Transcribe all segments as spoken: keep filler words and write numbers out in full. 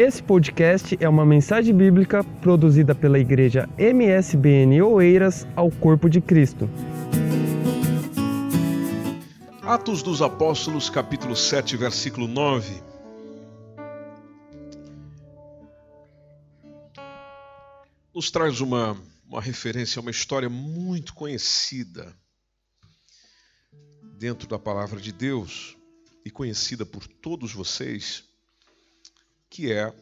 Esse podcast é uma mensagem bíblica produzida pela Igreja M S B N Oeiras ao Corpo de Cristo. Atos dos Apóstolos, capítulo sete, versículo nove. Nos traz uma, uma referência a uma história muito conhecida dentro da palavra de Deus e conhecida por todos vocês, que é,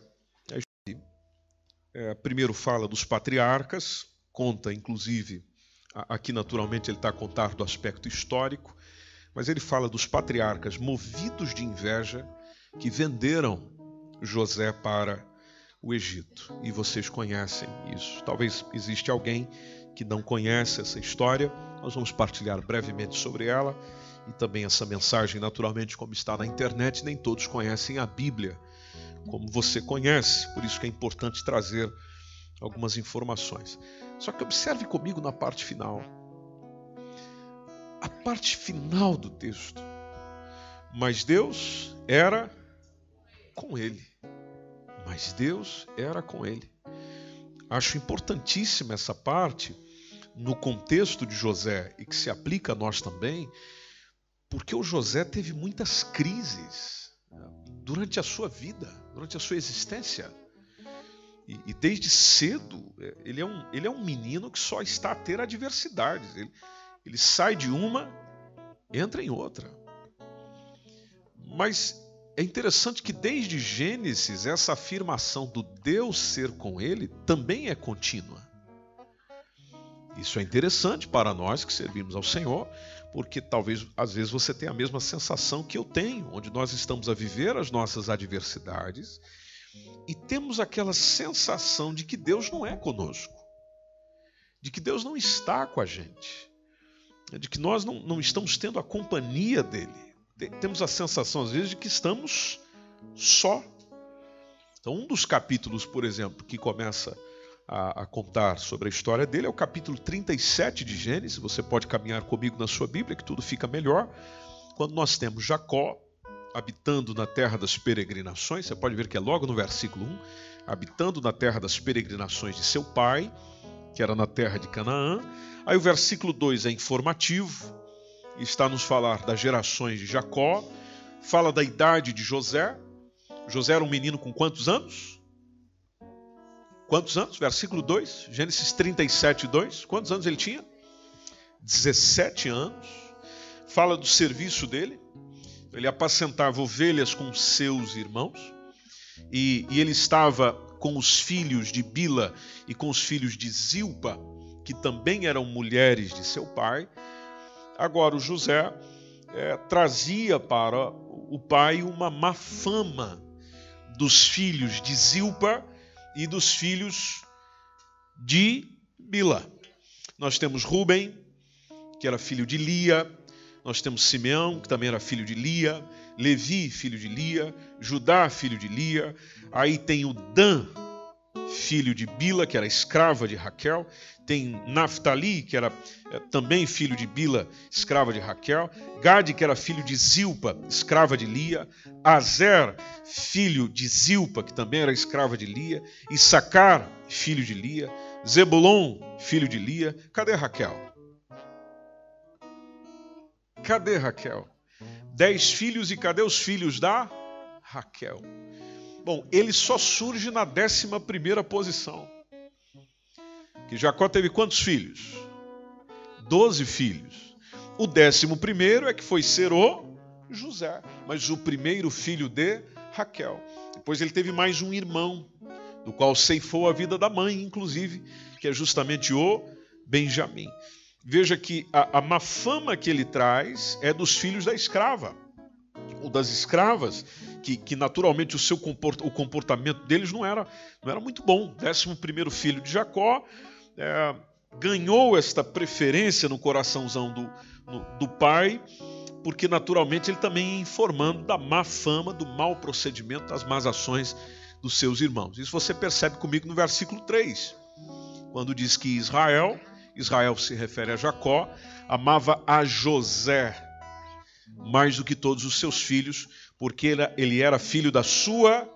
é primeiro fala dos patriarcas, conta inclusive, aqui naturalmente ele está a contar do aspecto histórico, mas ele fala dos patriarcas movidos de inveja que venderam José para o Egito. E vocês conhecem isso. Talvez existe alguém que não conhece essa história. Nós vamos partilhar brevemente sobre ela. E também essa mensagem, naturalmente, como está na internet, nem todos conhecem a Bíblia como você conhece. Por isso que é importante trazer algumas informações. Só que observe comigo na parte final. A parte final do texto. Mas Deus era com ele. Mas Deus era com ele. Acho importantíssima essa parte no contexto de José e que se aplica a nós também, porque o José teve muitas crises durante a sua vida, durante a sua existência. E, e desde cedo, ele é, um, ele é um menino que só está a ter adversidades. Ele, ele sai de uma, entra em outra. Mas é interessante que desde Gênesis, essa afirmação do Deus ser com ele também é contínua. Isso é interessante para nós que servimos ao Senhor, porque talvez, às vezes, você tenha a mesma sensação que eu tenho, onde nós estamos a viver as nossas adversidades e temos aquela sensação de que Deus não é conosco, de que Deus não está com a gente, de que nós não, não estamos tendo a companhia dele. Temos a sensação, às vezes, de que estamos só. Então, um dos capítulos, por exemplo, que começa a, a contar sobre a história dele é o capítulo trinta e sete de Gênesis. Você pode caminhar comigo na sua Bíblia, que tudo fica melhor. Quando nós temos Jacó habitando na terra das peregrinações, você pode ver que é logo no versículo um, habitando na terra das peregrinações de seu pai, que era na terra de Canaã. Aí o versículo dois é informativo, está a nos falar das gerações de Jacó, fala da idade de José. José era um menino com quantos anos? Quantos anos? Versículo dois, Gênesis trinta e sete, dois. Quantos anos ele tinha? dezessete anos. Fala do serviço dele. Ele apacentava ovelhas com seus irmãos. E, e ele estava com os filhos de Bila e com os filhos de Zilpa, que também eram mulheres de seu pai. Agora, o José é, trazia para o pai uma má fama dos filhos de Zilpa e dos filhos de Bila. Nós temos Rubem, que era filho de Lia. Nós temos Simeão, que também era filho de Lia. Levi, filho de Lia. Judá, filho de Lia. Aí tem o Dan, filho de Bila, que era escrava de Raquel. Tem Naftali, que era é, também filho de Bila, escrava de Raquel. Gade, que era filho de Zilpa, escrava de Lia. Azer, filho de Zilpa, que também era escrava de Lia. Issacar, filho de Lia. Zebulon, filho de Lia. Cadê Raquel? Cadê Raquel? Dez filhos, e cadê os filhos da Raquel? Bom, ele só surge na décima primeira posição. Que Jacó teve quantos filhos? Doze filhos. O décimo primeiro é que foi ser o José, mas o primeiro filho de Raquel. Depois ele teve mais um irmão, do qual ceifou a vida da mãe, inclusive, que é justamente o Benjamim. Veja que a, a má fama que ele traz é dos filhos da escrava, ou das escravas, que, que naturalmente o, seu comport, o comportamento deles não era, não era muito bom. Décimo primeiro filho de Jacó é, ganhou esta preferência no coraçãozão do, no, do pai, porque naturalmente ele também ia informando da má fama, do mau procedimento, das más ações dos seus irmãos. Isso você percebe comigo no versículo três, quando diz que Israel, Israel se refere a Jacó, amava a José mais do que todos os seus filhos, porque ele era filho da sua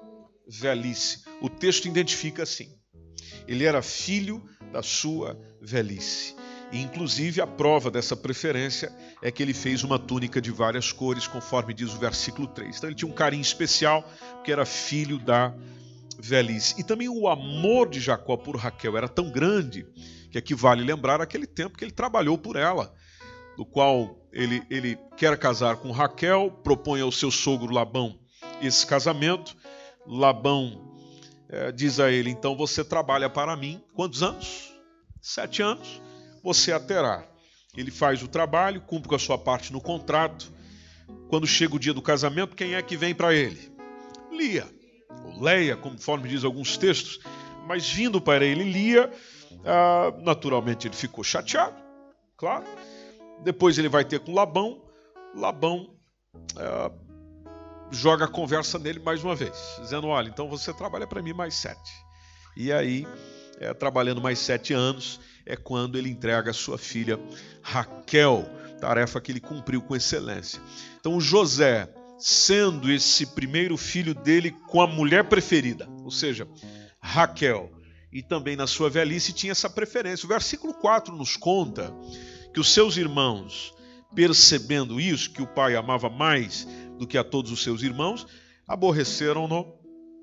velhice. O texto identifica assim. Ele era filho da sua velhice. E, inclusive, a prova dessa preferência é que ele fez uma túnica de várias cores, conforme diz o versículo três. Então ele tinha um carinho especial, porque era filho da velhice. E também o amor de Jacó por Raquel era tão grande, que aqui vale lembrar aquele tempo que ele trabalhou por ela, do qual ele, ele quer casar com Raquel, propõe ao seu sogro Labão esse casamento. Labão é, diz a ele, então você trabalha para mim, quantos anos? Sete anos. Você a terá. Ele faz o trabalho, cumpre com a sua parte no contrato. Quando chega o dia do casamento, quem é que vem para ele? Lia, ou Leia, conforme diz alguns textos. Mas vindo para ele Lia, ah, naturalmente ele ficou chateado, claro. Depois ele vai ter com Labão. Labão ah, joga a conversa nele mais uma vez, dizendo, olha, então você trabalha para mim mais sete. E aí, é, trabalhando mais sete anos, é quando ele entrega a sua filha Raquel, tarefa que ele cumpriu com excelência. Então José, sendo esse primeiro filho dele com a mulher preferida, ou seja, Raquel, e também na sua velhice tinha essa preferência. O versículo quatro nos conta que os seus irmãos, percebendo isso, que o pai amava mais do que a todos os seus irmãos, aborreceram-no,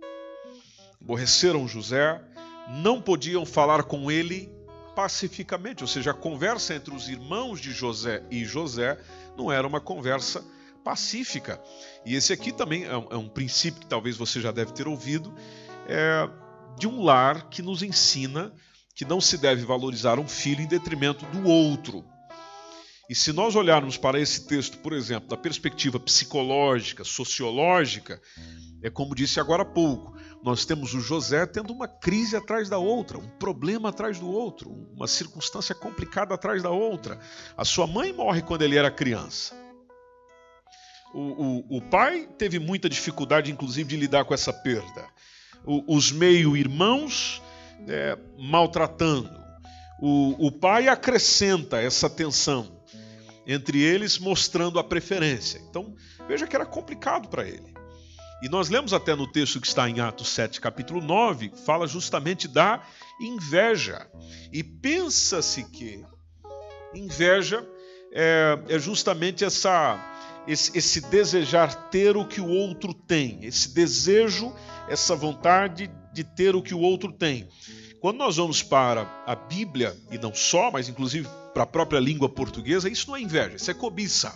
aborreceram José, não podiam falar com ele pacificamente, ou seja, a conversa entre os irmãos de José e José não era uma conversa pacífica. E esse aqui também é um, é um princípio que talvez você já deve ter ouvido, é, de um lar que nos ensina que não se deve valorizar um filho em detrimento do outro. E se nós olharmos para esse texto, por exemplo, da perspectiva psicológica, sociológica, é como disse agora há pouco, nós temos o José tendo uma crise atrás da outra, um problema atrás do outro, uma circunstância complicada atrás da outra. A sua mãe morre quando ele era criança. O, o, o pai teve muita dificuldade, inclusive, de lidar com essa perda. O, os meio-irmãos é, maltratando. O, o pai acrescenta essa tensão entre eles, mostrando a preferência. Então, veja que era complicado para ele. E nós lemos até no texto que está em Atos sete, capítulo nove, fala justamente da inveja. E pensa-se que inveja é, é justamente essa, esse, esse desejar ter o que o outro tem, esse desejo, essa vontade de ter o que o outro tem. Quando nós vamos para a Bíblia, e não só, mas inclusive para a própria língua portuguesa, isso não é inveja, isso é cobiça.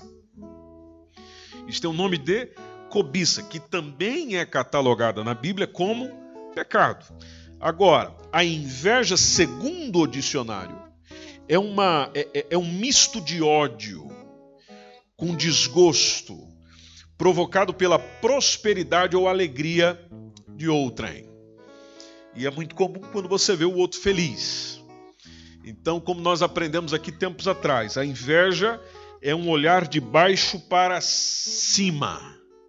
Isso tem o nome de cobiça, que também é catalogada na Bíblia como pecado. Agora, a inveja, segundo o dicionário, é, uma, é, é um misto de ódio com desgosto, provocado pela prosperidade ou alegria de outrem. E é muito comum quando você vê o outro feliz. Então, como nós aprendemos aqui tempos atrás, a inveja é um olhar de baixo para cima.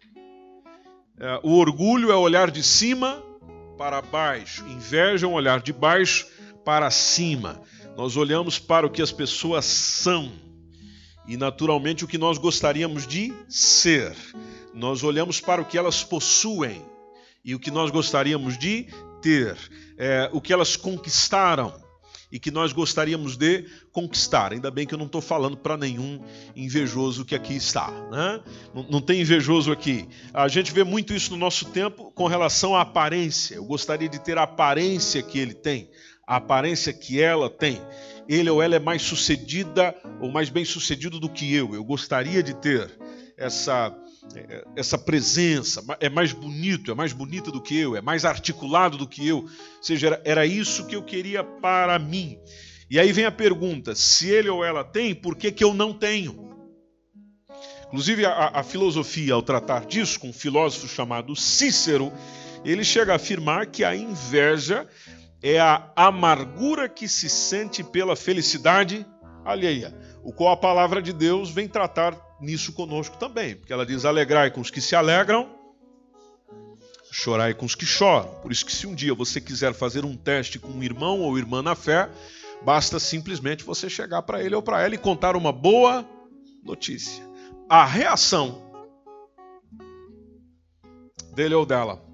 O orgulho é olhar de cima para baixo. Inveja é um olhar de baixo para cima. Nós olhamos para o que as pessoas são e, naturalmente, o que nós gostaríamos de ser. Nós olhamos para o que elas possuem e o que nós gostaríamos de ter. É, o que elas conquistaram e que nós gostaríamos de conquistar. Ainda bem que eu não estou falando para nenhum invejoso que aqui está, né? Não, não tem invejoso aqui. A gente vê muito isso no nosso tempo com relação à aparência. Eu gostaria de ter a aparência que ele tem, a aparência que ela tem. Ele ou ela é mais sucedida ou mais bem sucedido do que eu. Eu gostaria de ter essa, essa presença, é mais bonito, é mais bonita do que eu, é mais articulado do que eu. Ou seja, era, era isso que eu queria para mim. E aí vem a pergunta, se ele ou ela tem, por que que eu não tenho? Inclusive a, a filosofia, ao tratar disso, com um filósofo chamado Cícero, ele chega a afirmar que a inveja é a amargura que se sente pela felicidade alheia, o qual a palavra de Deus vem tratar nisso conosco também, porque ela diz, alegrai com os que se alegram, chorai com os que choram. Por isso que se um dia você quiser fazer um teste com um irmão ou irmã na fé, basta simplesmente você chegar para ele ou para ela e contar uma boa notícia. A reação dele ou dela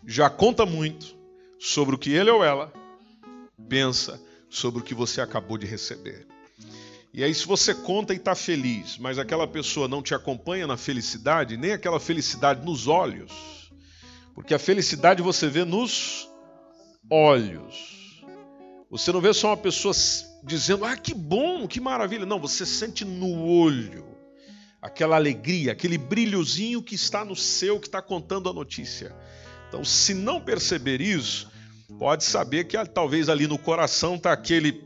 já conta muito sobre o que ele ou ela pensa sobre o que você acabou de receber. E aí, se você conta e está feliz, mas aquela pessoa não te acompanha na felicidade, nem aquela felicidade nos olhos, porque a felicidade você vê nos olhos. Você não vê só uma pessoa dizendo, ah, que bom, que maravilha. Não, você sente no olho aquela alegria, aquele brilhozinho que está no seu, que está contando a notícia. Então, se não perceber isso, pode saber que talvez ali no coração está aquele...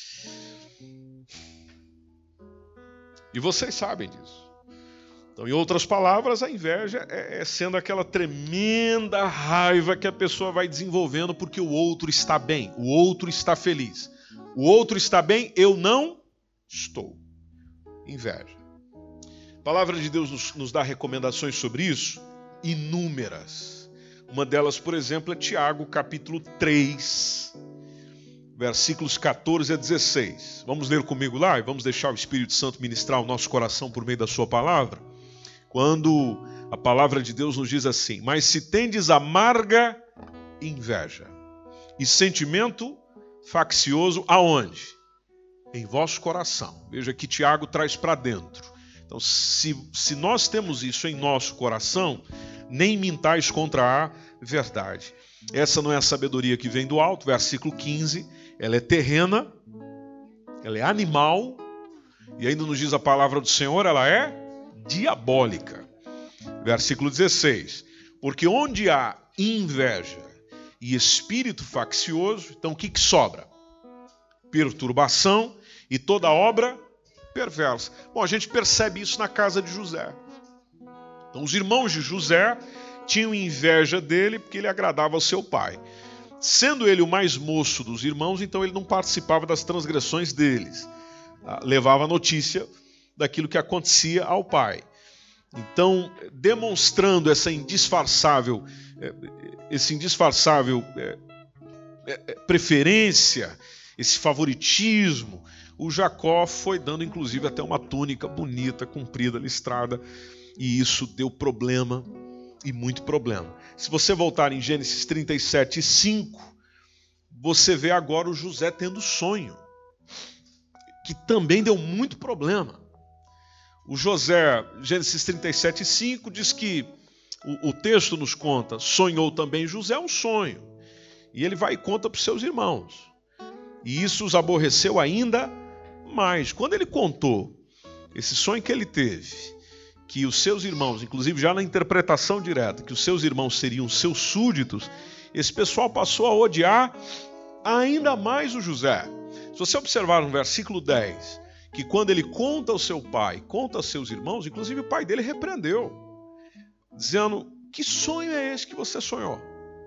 E vocês sabem disso. Então, em outras palavras, a inveja é sendo aquela tremenda raiva que a pessoa vai desenvolvendo porque o outro está bem, o outro está feliz. O outro está bem, eu não estou. Inveja. A palavra de Deus nos, nos dá recomendações sobre isso, inúmeras. Uma delas, por exemplo, é Tiago, capítulo três, versículos catorze a dezesseis. Vamos ler comigo lá e vamos deixar o Espírito Santo ministrar o nosso coração por meio da sua palavra. Quando a palavra de Deus nos diz assim, mas se tendes amarga inveja e sentimento faccioso, aonde? Em vosso coração. Veja que Tiago traz para dentro. Então, se, se nós temos isso em nosso coração, nem mintais contra a verdade. Essa não é a sabedoria que vem do alto, versículo quinze, ela é terrena, ela é animal, e ainda nos diz a palavra do Senhor, ela é diabólica. Versículo dezesseis, porque onde há inveja e espírito faccioso, então o que, que sobra? Perturbação e toda obra perversa. Bom, a gente percebe isso na casa de José. Então os irmãos de José tinham inveja dele porque ele agradava ao seu pai. Sendo ele o mais moço dos irmãos, então ele não participava das transgressões deles. Levava a notícia daquilo que acontecia ao pai. Então, demonstrando essa indisfarçável, esse indisfarçável preferência, esse favoritismo, o Jacó foi dando inclusive até uma túnica bonita, comprida, listrada, e isso deu problema, e muito problema. Se você voltar em Gênesis trinta e sete, cinco, você vê agora o José tendo sonho, que também deu muito problema. O José, Gênesis trinta e sete, cinco, diz que o, o texto nos conta, sonhou também José um sonho, e ele vai e conta para os seus irmãos, e isso os aborreceu ainda mais. Quando ele contou esse sonho que ele teve, que os seus irmãos, inclusive já na interpretação direta, que os seus irmãos seriam seus súditos, esse pessoal passou a odiar ainda mais o José. Se você observar no versículo dez, que quando ele conta ao seu pai, conta aos seus irmãos, inclusive o pai dele repreendeu, dizendo, que sonho é esse que você sonhou?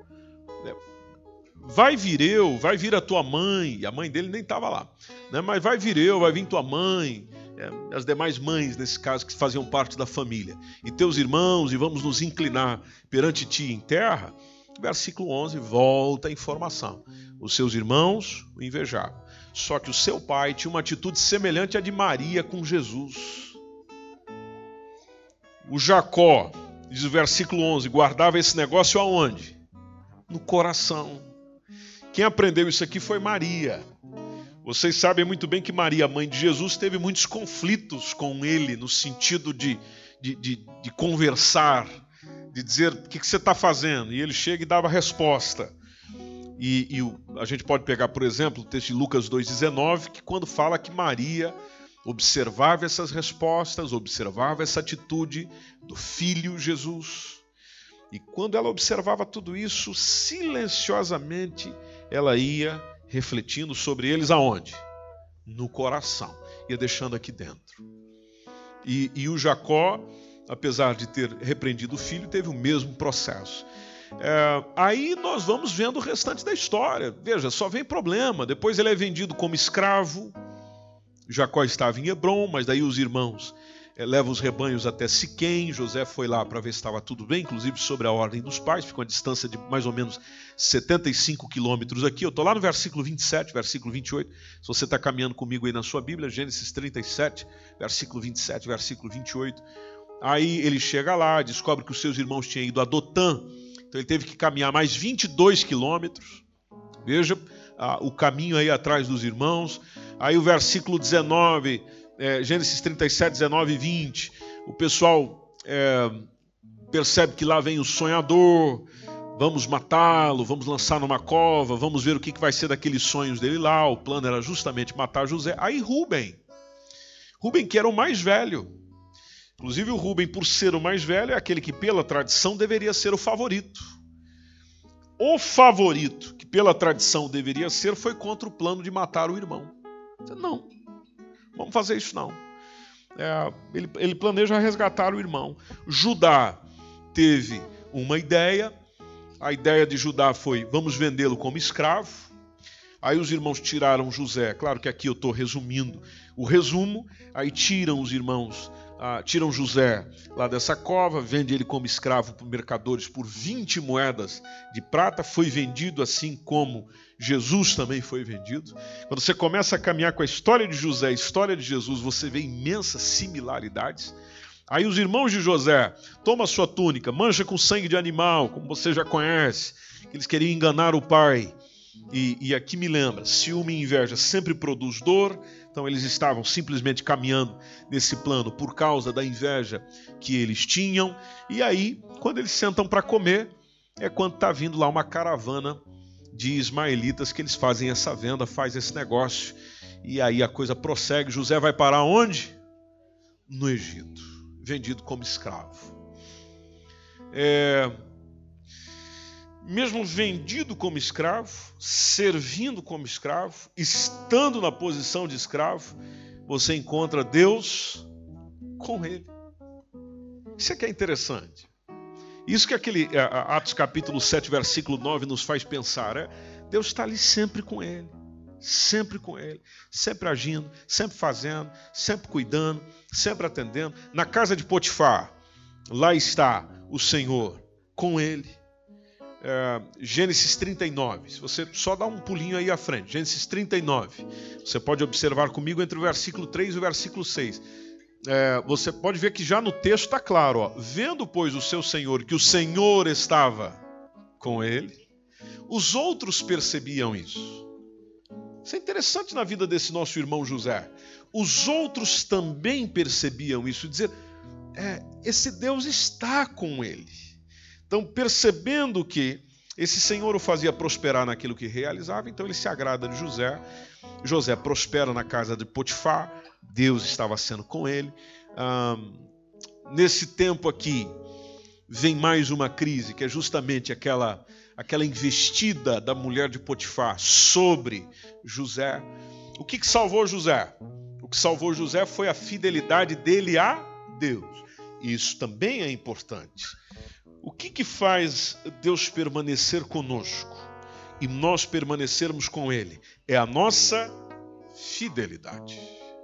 Vai vir eu, vai vir a tua mãe, e a mãe dele nem estava lá, né? Mas vai vir eu, vai vir tua mãe, é, as demais mães, nesse caso, que faziam parte da família, e teus irmãos, e vamos nos inclinar perante ti em terra. Versículo onze, volta a informação. Os seus irmãos o invejavam. Só que o seu pai tinha uma atitude semelhante à de Maria com Jesus. O Jacó, diz o versículo onze, guardava esse negócio aonde? No coração. Quem aprendeu isso aqui foi Maria. Vocês sabem muito bem que Maria, mãe de Jesus, teve muitos conflitos com ele, no sentido de, de, de, de conversar, de dizer, o que, que você está fazendo? E ele chega e dava a resposta. E, e o, a gente pode pegar, por exemplo, o texto de Lucas dois, dezenove, que quando fala que Maria observava essas respostas, observava essa atitude do filho Jesus. E quando ela observava tudo isso, silenciosamente, ela ia refletindo sobre eles aonde? No coração. Ia deixando aqui dentro. E, e o Jacó, apesar de ter repreendido o filho, teve o mesmo processo. É, aí nós vamos vendo o restante da história. Veja, só vem problema. Depois ele é vendido como escravo. Jacó estava em Hebrom, mas daí os irmãos é, levam os rebanhos até Siquém. José foi lá para ver se estava tudo bem, inclusive sobre a ordem dos pais. Ficou a distância de mais ou menos setenta e cinco quilômetros aqui. Eu estou lá no versículo vinte e sete, versículo vinte e oito. Se você está caminhando comigo aí na sua Bíblia, Gênesis trinta e sete, versículo vinte e sete, versículo vinte e oito. Aí ele chega lá, descobre que os seus irmãos tinham ido a Dotã, Então ele teve que caminhar mais vinte e dois quilômetros. Veja ah, o caminho aí atrás dos irmãos. Aí o versículo dezenove, é, Gênesis trinta e sete, dezenove e vinte. O pessoal é, percebe que lá vem o sonhador. Vamos matá-lo, vamos lançar numa cova, vamos ver o que vai ser daqueles sonhos dele lá. O plano era justamente matar José. Aí Rúben, Rúben que era o mais velho. Inclusive o Rúben, por ser o mais velho, é aquele que pela tradição deveria ser o favorito. O favorito, que pela tradição deveria ser, foi contra o plano de matar o irmão. Não, vamos fazer isso não. É, ele, ele planeja resgatar o irmão. Judá teve uma ideia. A ideia de Judá foi, vamos vendê-lo como escravo. Aí os irmãos tiraram José. Claro que aqui eu estou resumindo o resumo. Aí tiram os irmãos, ah, tiram José lá dessa cova, vende ele como escravo para mercadores por vinte moedas de prata. Foi vendido assim como Jesus também foi vendido. Quando você começa a caminhar com a história de José, a história de Jesus, você vê imensas similaridades. Aí os irmãos de José tomam a sua túnica, mancha com sangue de animal, como você já conhece. Eles queriam enganar o pai. E, e aqui me lembra, ciúme e inveja sempre produz dor. Então eles estavam simplesmente caminhando nesse plano por causa da inveja que eles tinham. E aí, quando eles sentam para comer, é quando está vindo lá uma caravana de ismaelitas que eles fazem essa venda, faz esse negócio. E aí a coisa prossegue. José vai parar onde? No Egito. Vendido como escravo. É, mesmo vendido como escravo, servindo como escravo, estando na posição de escravo, você encontra Deus com ele. Isso é que é interessante. Isso que aquele Atos capítulo sete, versículo nove nos faz pensar. É, Deus está ali sempre com ele. Sempre com ele, sempre agindo, sempre fazendo, sempre cuidando, sempre atendendo. Na casa de Potifar, lá está o Senhor com ele. É, Gênesis trinta e nove, se você só dá um pulinho aí à frente, Gênesis trinta e nove, você pode observar comigo entre o versículo três e o versículo seis. É, você pode ver que já no texto está claro, ó, vendo pois o seu Senhor que o Senhor estava com ele, os outros percebiam isso. Isso é interessante na vida desse nosso irmão José. Os outros também percebiam isso, dizer, é, esse Deus está com ele. Então, percebendo que esse Senhor o fazia prosperar naquilo que realizava, então ele se agrada de José. José prospera na casa de Potifar, Deus estava sendo com ele. Ah, nesse tempo aqui, vem mais uma crise, que é justamente aquela... aquela investida da mulher de Potifar sobre José. O que, que salvou José? O que salvou José foi a fidelidade dele a Deus. Isso também é importante. O que, que faz Deus permanecer conosco e nós permanecermos com Ele? É a nossa fidelidade.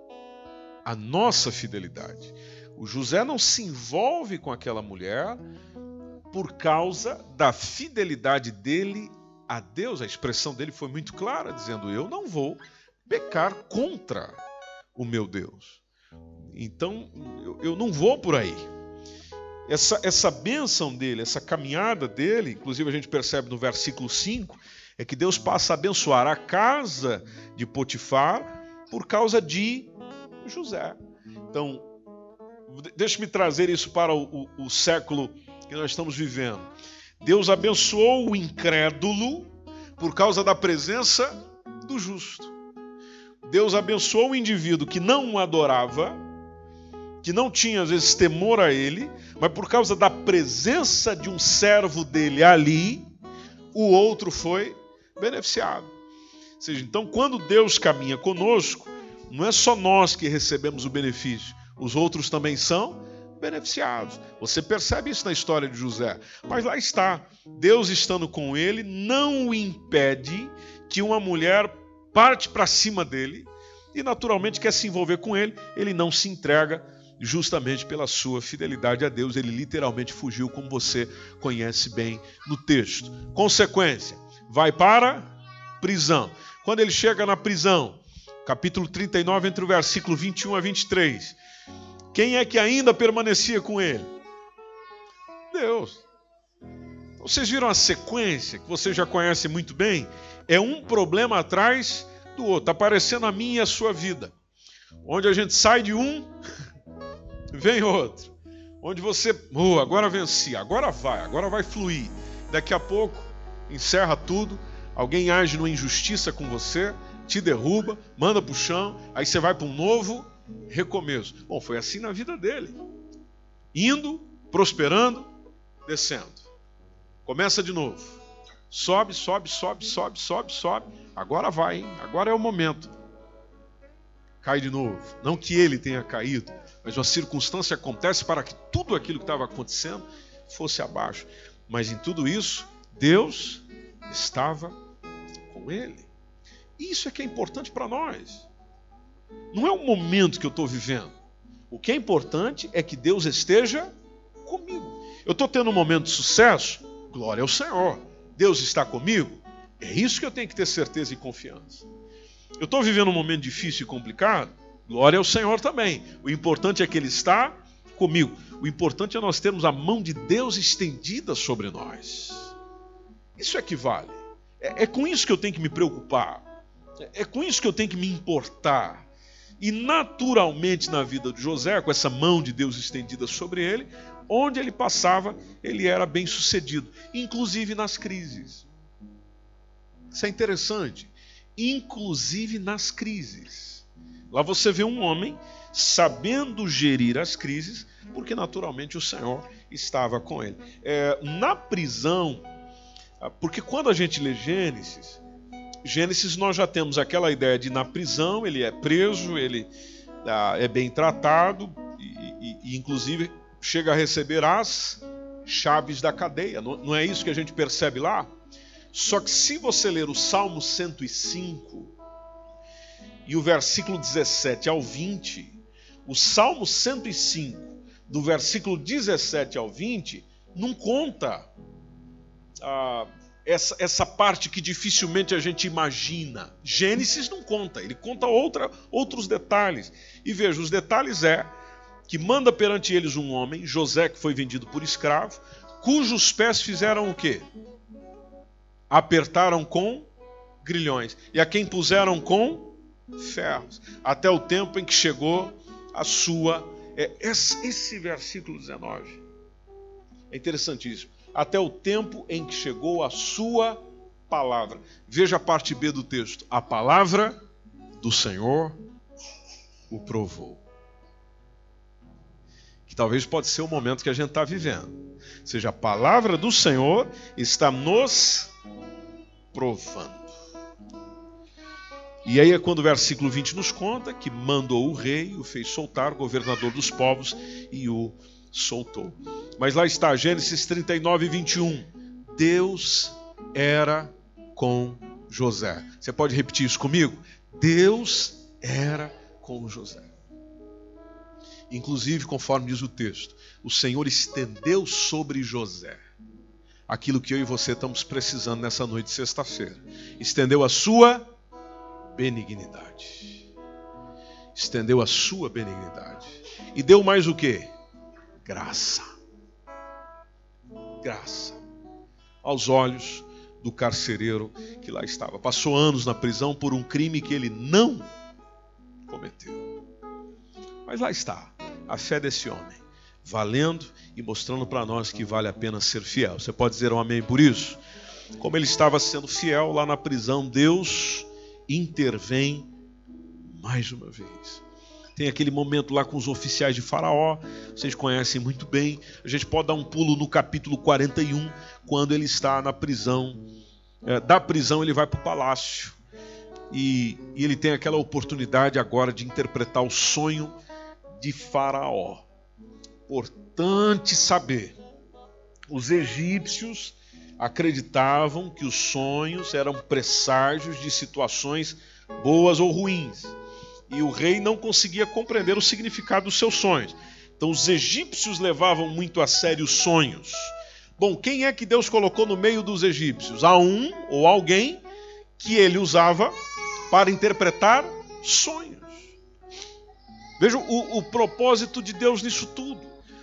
A nossa fidelidade. O José não se envolve com aquela mulher por causa da fidelidade dele a Deus. A expressão dele foi muito clara, dizendo, eu não vou pecar contra o meu Deus. Então, eu, eu não vou por aí. Essa, essa bênção dele, essa caminhada dele, inclusive a gente percebe no versículo cinco, é que Deus passa a abençoar a casa de Potifar por causa de José. Então, deixe-me trazer isso para o, o, o século que nós estamos vivendo. Deus abençoou o incrédulo por causa da presença do justo. Deus abençoou o indivíduo que não o adorava, que não tinha às vezes temor a ele, mas por causa da presença de um servo dele ali, o outro foi beneficiado. Ou seja, então quando Deus caminha conosco, não é só nós que recebemos o benefício, os outros também são beneficiados. Você percebe isso na história de José. Mas lá está, Deus estando com ele não o impede que uma mulher parte para cima dele e naturalmente quer se envolver com ele. Ele não se entrega justamente pela sua fidelidade a Deus. Ele literalmente fugiu, como você conhece bem no texto. Consequência, vai para prisão. Quando ele chega na prisão, capítulo trinta e nove, entre o versículo vinte e um a vinte e três, quem é que ainda permanecia com ele? Deus. Vocês viram a sequência, que você já conhece muito bem? É um problema atrás do outro. Está aparecendo a minha e a sua vida. Onde a gente sai de um, vem outro. Onde você, oh, agora venci, agora vai, agora vai fluir. Daqui a pouco, encerra tudo, alguém age numa injustiça com você, te derruba, manda para o chão, aí você vai para um novo recomeço. Bom, foi assim na vida dele. Indo, prosperando, descendo. Começa de novo. Sobe, sobe, sobe, sobe, sobe, sobe. Agora vai, hein? Agora é o momento. Cai de novo. Não que ele tenha caído, mas uma circunstância acontece para que tudo aquilo que estava acontecendo fosse abaixo. Mas em tudo isso, Deus estava com ele. E isso é que é importante para nós. Não é o momento que eu estou vivendo. O que é importante é que Deus esteja comigo. Eu estou tendo um momento de sucesso? Glória ao Senhor. Deus está comigo? É isso que eu tenho que ter certeza e confiança. Eu estou vivendo um momento difícil e complicado? Glória ao Senhor também. O importante é que Ele está comigo. O importante é nós termos a mão de Deus estendida sobre nós. Isso é que vale. É, é com isso que eu tenho que me preocupar. É, é com isso que eu tenho que me importar. E naturalmente na vida de José, com essa mão de Deus estendida sobre ele, onde ele passava, ele era bem sucedido, inclusive nas crises. Isso é interessante. Inclusive nas crises. Lá você vê um homem sabendo gerir as crises, porque naturalmente o Senhor estava com ele. É, na prisão, porque quando a gente lê Gênesis, Gênesis nós já temos aquela ideia de na prisão, ele é preso, ele ah, é bem tratado e, e, e inclusive chega a receber as chaves da cadeia. Não, não é isso que a gente percebe lá? Só que se você ler o Salmo cento e cinco e o versículo dezessete ao vinte, o Salmo cento e cinco, do versículo dezessete ao vinte, não conta ah, essa, essa parte que dificilmente a gente imagina. Gênesis não conta, ele conta outra, outros detalhes. E veja, os detalhes é que manda perante eles um homem, José, que foi vendido por escravo, cujos pés fizeram o quê? Apertaram com grilhões, e a quem puseram com ferros, até o tempo em que chegou a sua... É, esse, esse versículo dezenove é interessantíssimo. Até o tempo em que chegou a sua palavra. Veja a parte B do texto. A palavra do Senhor o provou. Que talvez pode ser o momento que a gente está vivendo. Ou seja, a palavra do Senhor está nos provando. E aí é quando o versículo vinte nos conta que mandou o rei, o fez soltar, governador dos povos, e o soltou. Mas lá está, Gênesis trinta e nove, vinte e um. Deus era com José. Você pode repetir isso comigo? Deus era com José. Inclusive, conforme diz o texto, o Senhor estendeu sobre José aquilo que eu e você estamos precisando nessa noite de sexta-feira. Estendeu a sua benignidade. Estendeu a sua benignidade. E deu mais o quê? Graça. Graça. Aos olhos do carcereiro que lá estava. Passou anos na prisão por um crime que ele não cometeu. Mas lá está, a fé desse homem, valendo e mostrando para nós que vale a pena ser fiel. Você pode dizer um amém por isso? Como ele estava sendo fiel lá na prisão, Deus intervém mais uma vez. Tem aquele momento lá com os oficiais de Faraó, vocês conhecem muito bem. A gente pode dar um pulo no capítulo quarenta e um, quando ele está na prisão. É, da prisão ele vai para o palácio. E, e ele tem aquela oportunidade agora de interpretar o sonho de Faraó. Importante saber, os egípcios acreditavam que os sonhos eram presságios de situações boas ou ruins. E o rei não conseguia compreender o significado dos seus sonhos. Então os egípcios levavam muito a sério os sonhos. Bom, quem é que Deus colocou no meio dos egípcios? Há um ou alguém que ele usava para interpretar sonhos. Vejam o, o propósito de Deus nisso tudo.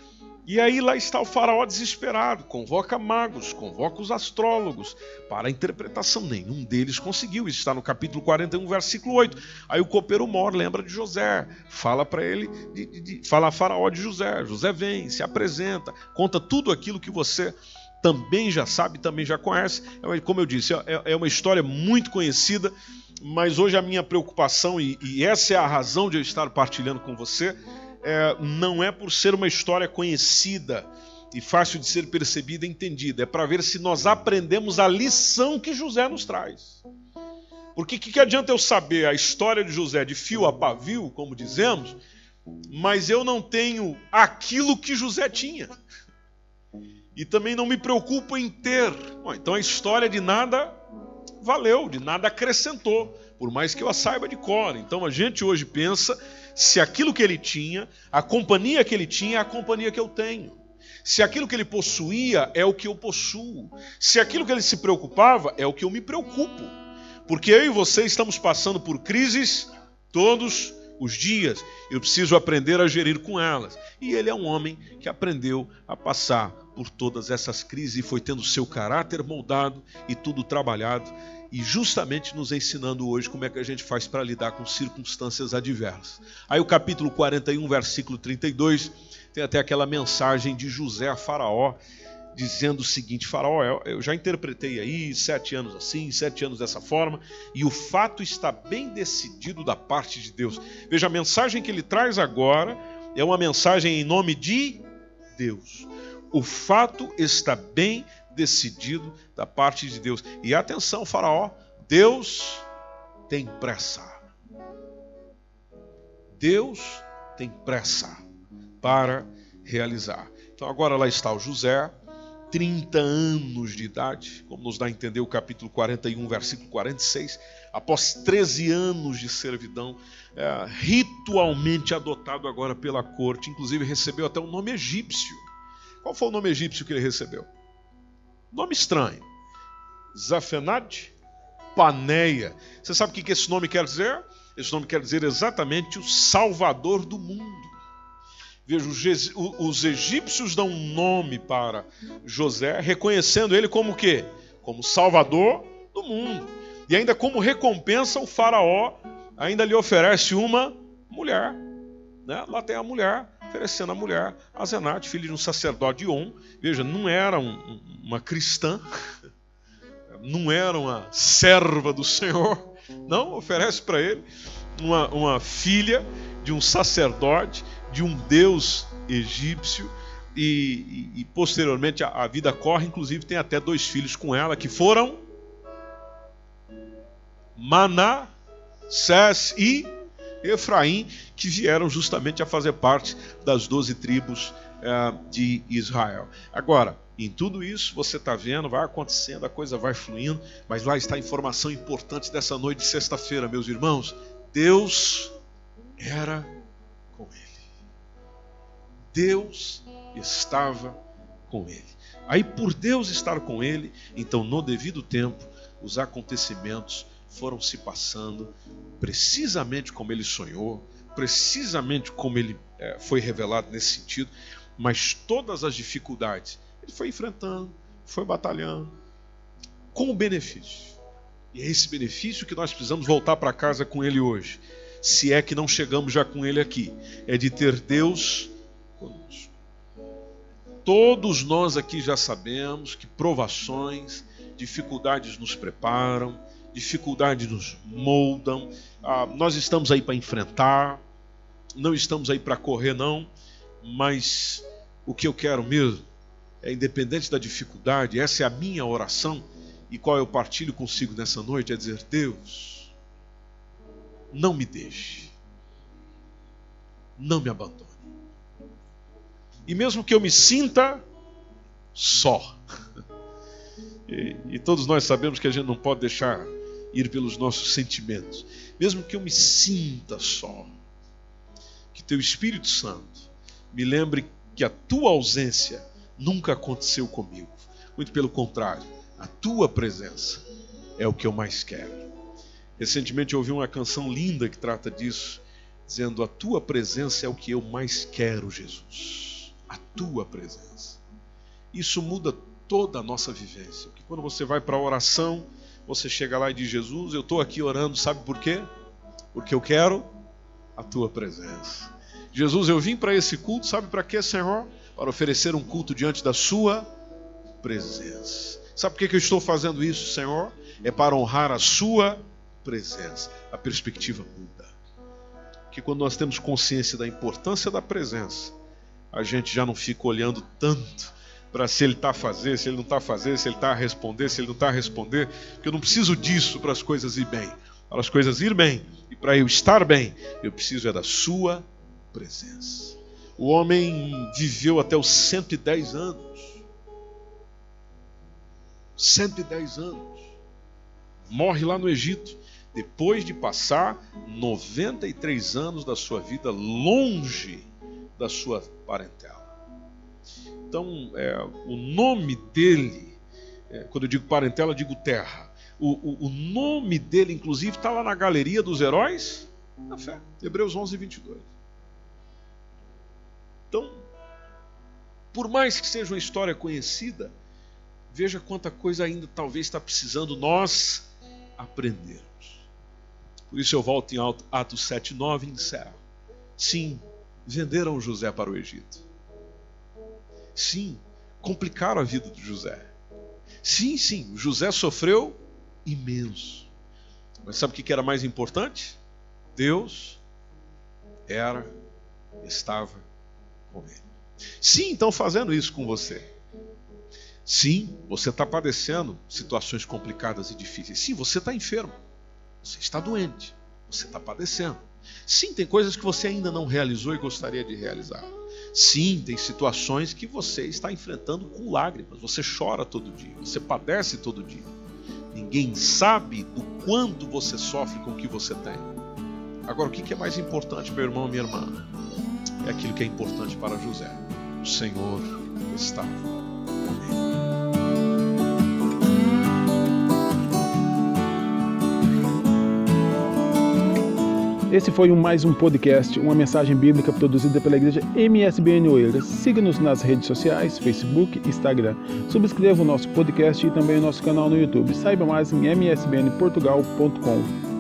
E aí lá está o faraó desesperado, convoca magos, convoca os astrólogos para a interpretação. Nenhum deles conseguiu. Isso está no capítulo quarenta e um, versículo oito. Aí o copeiro mor lembra de José, fala para ele, de, de, de, fala a faraó de José. José vem, se apresenta, conta tudo aquilo que você também já sabe, também já conhece. Como eu disse, é uma história muito conhecida, mas hoje a minha preocupação, e, e essa é a razão de eu estar partilhando com você, É, não é por ser uma história conhecida e fácil de ser percebida e entendida. É para ver se nós aprendemos a lição que José nos traz. Porque o que, que adianta eu saber a história de José de fio a pavio, como dizemos, mas eu não tenho aquilo que José tinha. E também não me preocupo em ter. Bom, então a história de nada valeu, de nada acrescentou, por mais que eu a saiba de cor. Então a gente hoje pensa se aquilo que ele tinha, a companhia que ele tinha é a companhia que eu tenho. Se aquilo que ele possuía é o que eu possuo. Se aquilo que ele se preocupava é o que eu me preocupo. Porque eu e você estamos passando por crises todos os dias. Eu preciso aprender a gerir com elas. E ele é um homem que aprendeu a passar por todas essas crises e foi tendo seu caráter moldado e tudo trabalhado. E justamente nos ensinando hoje como é que a gente faz para lidar com circunstâncias adversas. Aí o capítulo quarenta e um, versículo trinta e dois, tem até aquela mensagem de José a Faraó, dizendo o seguinte: Faraó, eu já interpretei aí sete anos assim, sete anos dessa forma, e o fato está bem decidido da parte de Deus. Veja, a mensagem que ele traz agora é uma mensagem em nome de Deus. O fato está bem decidido. decidido da parte de Deus. E atenção, Faraó, Deus tem pressa. Deus tem pressa para realizar. Então agora lá está o José, trinta anos de idade, como nos dá a entender o capítulo quarenta e um, versículo quarenta e seis, após treze anos de servidão, é, ritualmente adotado agora pela corte, inclusive recebeu até um nome egípcio. Qual foi o nome egípcio que ele recebeu? Nome estranho. Zafenad Paneia. Você sabe o que esse nome quer dizer? Esse nome quer dizer exatamente o Salvador do mundo. Veja, os egípcios dão um nome para José, reconhecendo ele como o quê? Como Salvador do mundo. E ainda como recompensa, o faraó ainda lhe oferece uma mulher. Né? Lá tem a mulher, oferecendo a mulher a Zenate, filha de um sacerdote de On. Veja, não era um, uma cristã, não era uma serva do Senhor, não, oferece para ele uma, uma filha de um sacerdote, de um deus egípcio, e, e, e posteriormente a, a vida corre, inclusive tem até dois filhos com ela, que foram Manassés e Efraim, que vieram justamente a fazer parte das doze tribos uh, de Israel. Agora, em tudo isso, você está vendo, vai acontecendo, a coisa vai fluindo, mas lá está a informação importante dessa noite de sexta-feira, meus irmãos. Deus era com ele. Deus estava com ele. Aí, por Deus estar com ele, então, no devido tempo, os acontecimentos foram se passando precisamente como ele sonhou, precisamente como ele é, foi revelado nesse sentido, mas todas as dificuldades ele foi enfrentando, foi batalhando, com o benefício. E é esse benefício que nós precisamos voltar para casa com ele hoje, se é que não chegamos já com ele aqui, é de ter Deus conosco. Todos nós aqui já sabemos que provações, dificuldades nos preparam, dificuldades nos moldam, ah, nós estamos aí para enfrentar, não estamos aí para correr não, mas o que eu quero mesmo é, independente da dificuldade, essa é a minha oração, e qual eu partilho consigo nessa noite, é dizer: Deus, não me deixe, não me abandone, e mesmo que eu me sinta só, e, e todos nós sabemos que a gente não pode deixar ir pelos nossos sentimentos, mesmo que eu me sinta só, que teu Espírito Santo me lembre que a tua ausência nunca aconteceu comigo, muito pelo contrário, a tua presença é o que eu mais quero. Recentemente eu ouvi uma canção linda que trata disso, dizendo: a tua presença é o que eu mais quero, Jesus, a tua presença. Isso muda toda a nossa vivência. Porque quando você vai para a oração, você chega lá e diz: Jesus, eu estou aqui orando, sabe por quê? Porque eu quero a tua presença. Jesus, eu vim para esse culto, sabe para quê, Senhor? Para oferecer um culto diante da sua presença. Sabe por que eu estou fazendo isso, Senhor? É para honrar a sua presença. A perspectiva muda. Porque quando nós temos consciência da importância da presença, a gente já não fica olhando tanto para se ele está a fazer, se ele não está a fazer, se ele está a responder, se ele não está a responder, porque eu não preciso disso para as coisas ir bem. Para as coisas ir bem e para eu estar bem, eu preciso é da sua presença. O homem viveu até os cento e dez anos. cento e dez anos. Morre lá no Egito, depois de passar noventa e três anos da sua vida longe da sua parentela. Então, é, o nome dele, é, quando eu digo parentela, eu digo terra. O, o, o nome dele, inclusive, está lá na galeria dos heróis da fé. Hebreus onze, vinte e dois. Então, por mais que seja uma história conhecida, veja quanta coisa ainda talvez está precisando nós aprendermos. Por isso eu volto em Atos sete, nove e encerro. Sim, venderam José para o Egito. Sim, complicaram a vida de José. Sim, sim, José sofreu imenso. Mas sabe o que era mais importante? Deus era, estava com ele. Sim, estão fazendo isso com você. Sim, você está padecendo situações complicadas e difíceis. Sim, você está enfermo. Você está doente. Você está padecendo. Sim, tem coisas que você ainda não realizou e gostaria de realizar. Sim, tem situações que você está enfrentando com lágrimas. Você chora todo dia. Você padece todo dia. Ninguém sabe do quanto você sofre com o que você tem. Agora, o que é mais importante, meu irmão e minha irmã? É aquilo que é importante para José. O Senhor estava com ele. Esse foi um, mais um podcast, uma mensagem bíblica produzida pela igreja M S B N Oeiras. Siga-nos nas redes sociais, Facebook, Instagram. Subscreva o nosso podcast e também o nosso canal no YouTube. Saiba mais em m s b n portugal ponto com.